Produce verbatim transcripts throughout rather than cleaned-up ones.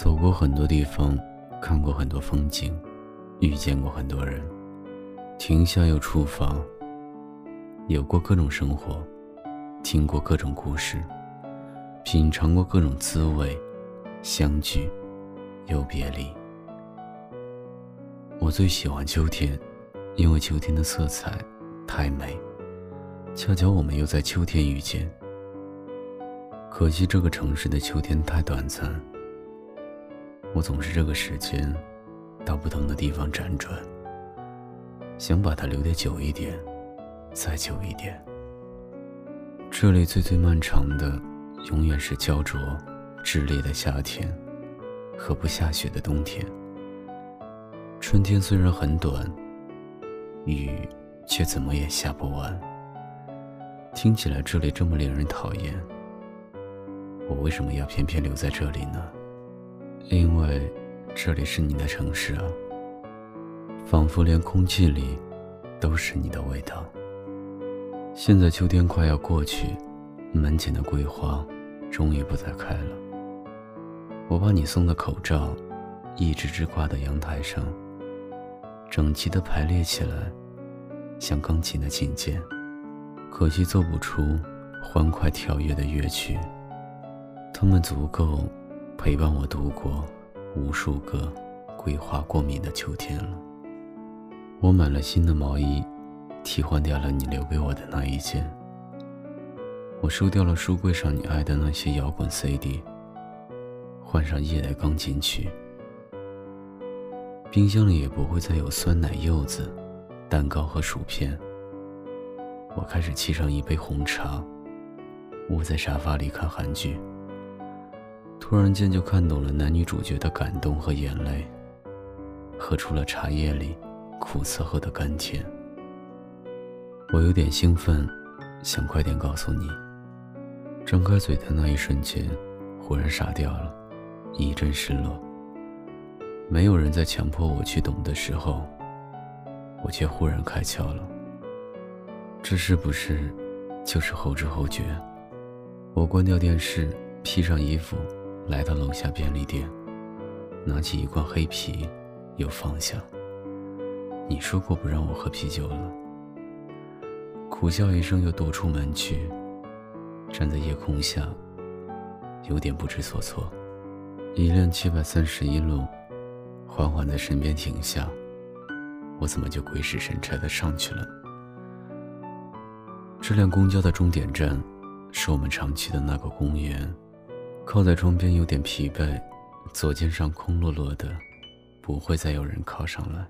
走过很多地方，看过很多风景，遇见过很多人，停下又出发，有过各种生活，听过各种故事，品尝过各种滋味，相聚又别离。我最喜欢秋天，因为秋天的色彩太美，恰巧我们又在秋天遇见。可惜这个城市的秋天太短暂，我总是这个时间到不同的地方辗转，想把它留得久一点，再久一点。这里最最漫长的永远是焦灼炽烈的夏天和不下雪的冬天。春天虽然很短，雨却怎么也下不完。听起来这里这么令人讨厌，我为什么要偏偏留在这里呢？因为这里是你的城市啊，仿佛连空气里都是你的味道。现在秋天快要过去，门前的桂花终于不再开了。我把你送的口罩一只只挂到阳台上，整齐地排列起来，像钢琴的琴键，可惜做不出欢快跳跃的乐曲，它们足够陪伴我度过无数个桂花过敏的秋天了。我买了新的毛衣，替换掉了你留给我的那一件。我收掉了书柜上你爱的那些摇滚 C D， 换上夜的钢琴曲。冰箱里也不会再有酸奶柚子、蛋糕和薯片。我开始沏上一杯红茶，窝在沙发里看韩剧。突然间就看懂了男女主角的感动和眼泪，喝出了茶叶里苦涩后的甘甜。我有点兴奋，想快点告诉你。张开嘴的那一瞬间，忽然傻掉了，一阵失落。没有人在强迫我去懂的时候，我却忽然开窍了。这是不是就是后知后觉？我关掉电视，披上衣服，来到楼下便利店，拿起一罐黑啤，又放下。你说过不让我喝啤酒了。苦笑一声，又踱出门去，站在夜空下，有点不知所措。一辆七百三十一路缓缓在身边停下，我怎么就鬼使神差地上去了？这辆公交的终点站是我们常去的那个公园，靠在窗边有点疲惫，左肩上空落落的，不会再有人靠上来。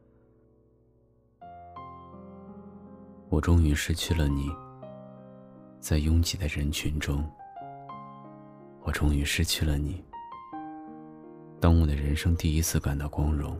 我终于失去了你，在拥挤的人群中，我终于失去了你。当我的人生第一次感到光荣，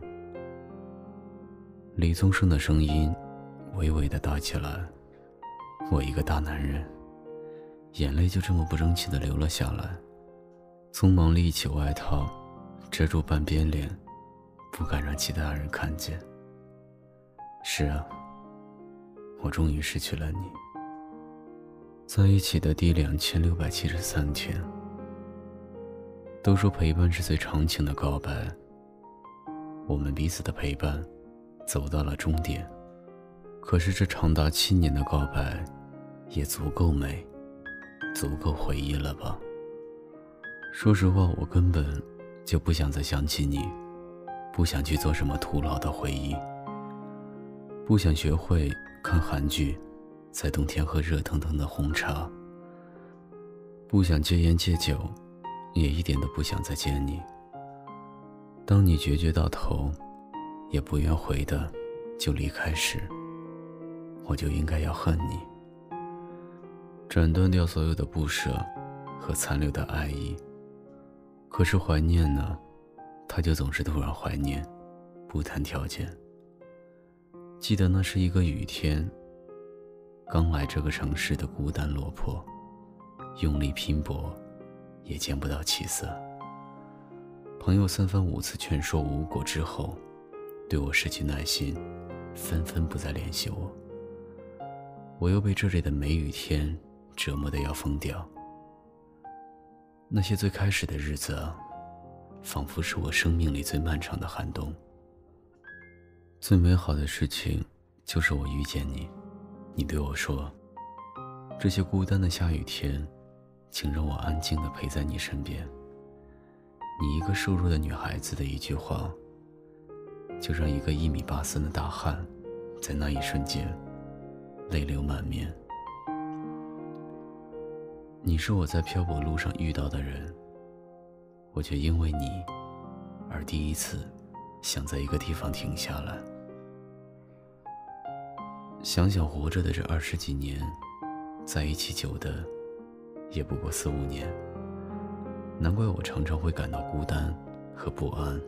李宗盛的声音微微地大起来，我一个大男人，眼泪就这么不争气地流了下来，匆忙立起外套，遮住半边脸，不敢让其他人看见。是啊，我终于失去了你。在一起的第两千六百七十三天，都说陪伴是最长情的告白，我们彼此的陪伴走到了终点，可是这长达七年的告白也足够美，足够回忆了吧？说实话，我根本就不想再想起你，不想去做什么徒劳的回忆，不想学会看韩剧，在冬天喝热腾腾的红茶，不想戒烟戒酒，也一点都不想再见你。当你决绝到头，也不愿回的就离开时，我就应该要恨你，斩断掉所有的不舍和残留的爱意。可是怀念呢，他就总是突然怀念，不谈条件。记得那是一个雨天，刚来这个城市的孤单落魄，用力拼搏也见不到起色。朋友三番五次劝说无果之后，对我失去耐心，纷纷不再联系我。我又被这里的梅雨天折磨得要疯掉。那些最开始的日子啊， 仿佛是我生命里最漫长的寒冬。最美好的事情就是我遇见你，你对我说，这些孤单的下雨天，请让我安静地陪在你身边。你一个瘦弱的女孩子的一句话，就让一个一米八三的大汉在那一瞬间泪流满面。你是我在漂泊路上遇到的人，我却因为你而第一次想在一个地方停下来。想想活着的这二十几年，在一起久的也不过四五年，难怪我常常会感到孤单和不安。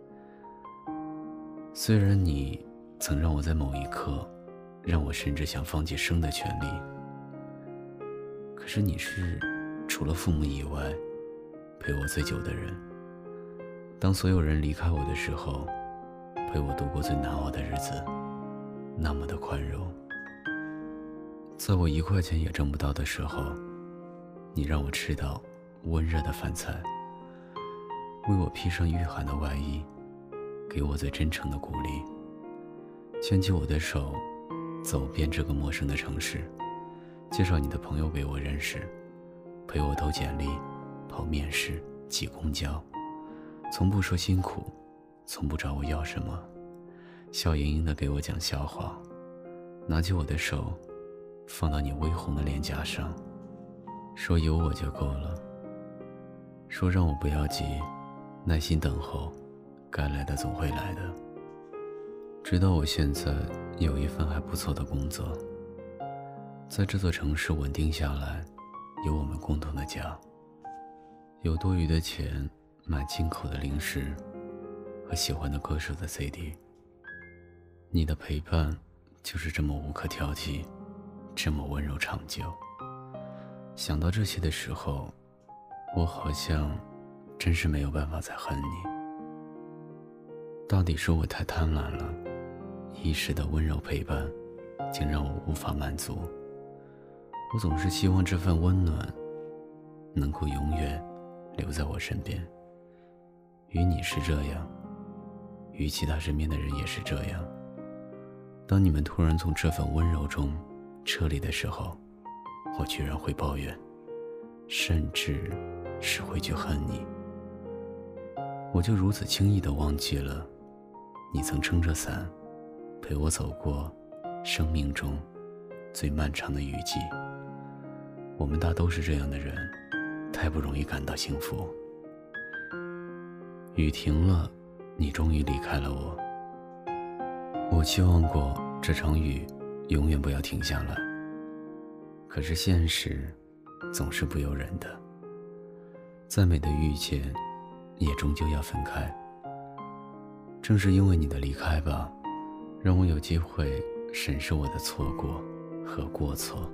虽然你曾让我在某一刻让我甚至想放弃生的权利，可是你是除了父母以外陪我最久的人。当所有人离开我的时候，陪我度过最难熬的日子，那么的宽容。在我一块钱也挣不到的时候，你让我吃到温热的饭菜，为我披上御寒的外衣，给我最真诚的鼓励，牵起我的手走遍这个陌生的城市，介绍你的朋友给我认识，陪我投简历、跑面试、挤公交，从不说辛苦，从不找我要什么，笑盈盈地给我讲笑话，拿起我的手放到你微红的脸颊上，说有我就够了，说让我不要急，耐心等候，该来的总会来的。直到我现在有一份还不错的工作，在这座城市稳定下来，有我们共同的家，有多余的钱买进口的零食和喜欢的歌手的 C D。 你的陪伴就是这么无可挑剔，这么温柔长久。想到这些的时候，我好像真是没有办法再恨你。到底是我太贪婪了，一时的温柔陪伴竟让我无法满足。我总是希望这份温暖能够永远留在我身边。与你是这样，与其他身边的人也是这样。当你们突然从这份温柔中撤离的时候，我居然会抱怨，甚至是会去恨你。我就如此轻易地忘记了，你曾撑着伞陪我走过生命中最漫长的雨季。我们大都是这样的人，太不容易感到幸福。雨停了，你终于离开了我。我期望过这场雨永远不要停下来，可是现实总是不由人的，再美的遇见也终究要分开。正是因为你的离开吧，让我有机会审视我的错过和过错，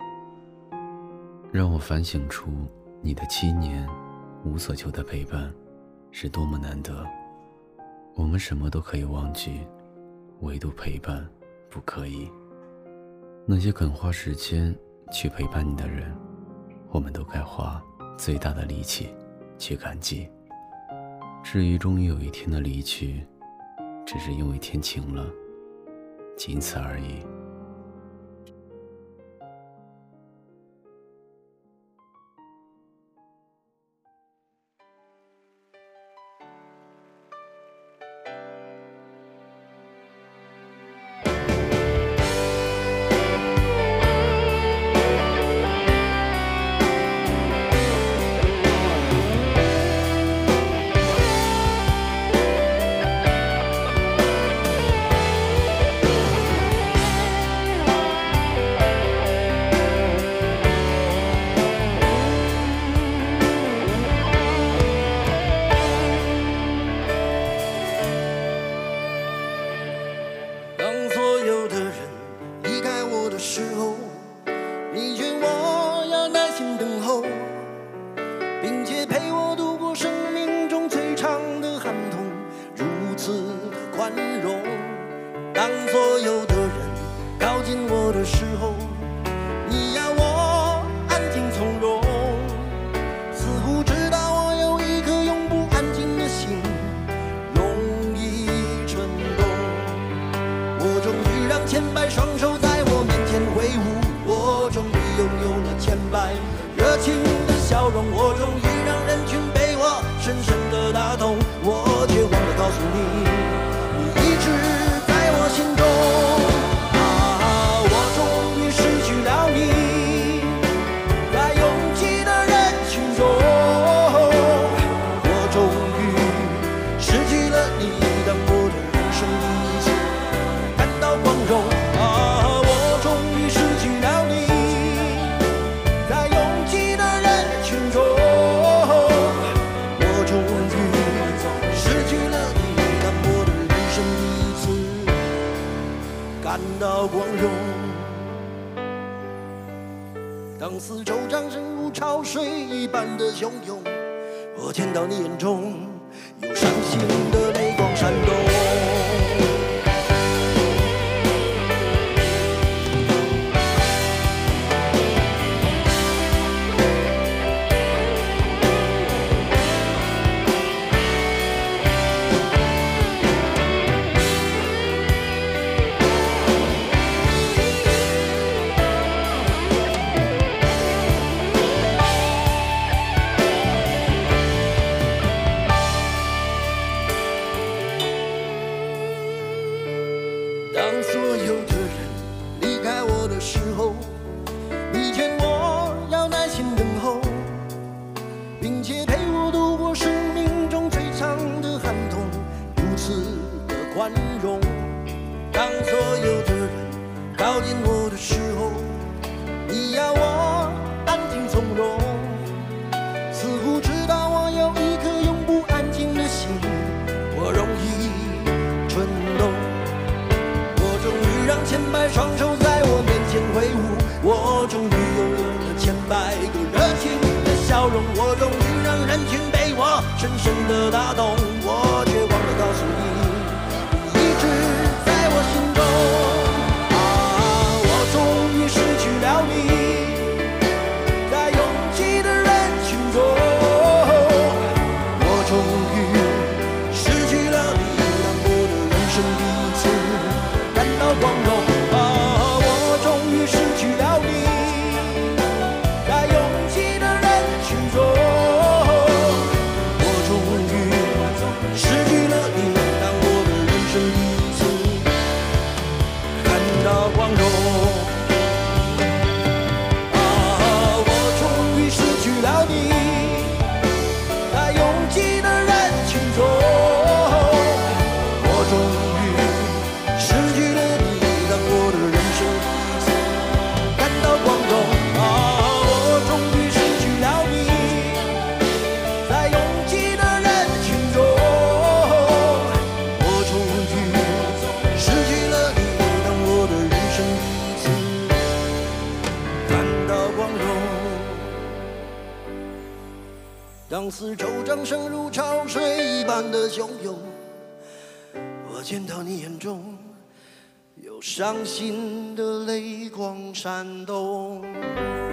让我反省出你的七年无所求的陪伴是多么难得。我们什么都可以忘记，唯独陪伴不可以。那些肯花时间去陪伴你的人，我们都该花最大的力气去感激。至于终于有一天的离去，只是因为天晴了，仅此而已。 当所有的人靠近我的时候，你要我安静从容，似乎知道我有一颗永不安静的心。 水一般的汹涌。我见到你眼中有伤心的泪光闪动。当所有的人离开我的时候，你劝我要耐心等候，并且陪我度过生命中最长的寒冬，如此的宽容。当所有的人靠近我的时候，你要我安静从容，似乎知道我有一颗永不安静的心，我容易蠢动。终于让千百双手在我面前挥舞，我终于拥有了千百个热情的笑容，我终于让人群被我深深的打动，我却忘了告诉你，你一直在我心中。啊，我终于失去了你，在拥挤的人群中，我终于失去了你，让我的人生第一次感到光荣。啊，我终于失去了你，在拥挤的人群中，我终于失去了你，让我的人生第一次感到光荣。啊，我终于失去了你，在拥挤的人群中，我终于失去了你，让我的人生第一次感到光荣。啊，我终于失去了你，在拥挤的人群中，我终于失去了你，让我的人生第一次感到光荣。当四周掌声如潮水一般的汹涌，我见到你眼中有伤心的泪光闪动。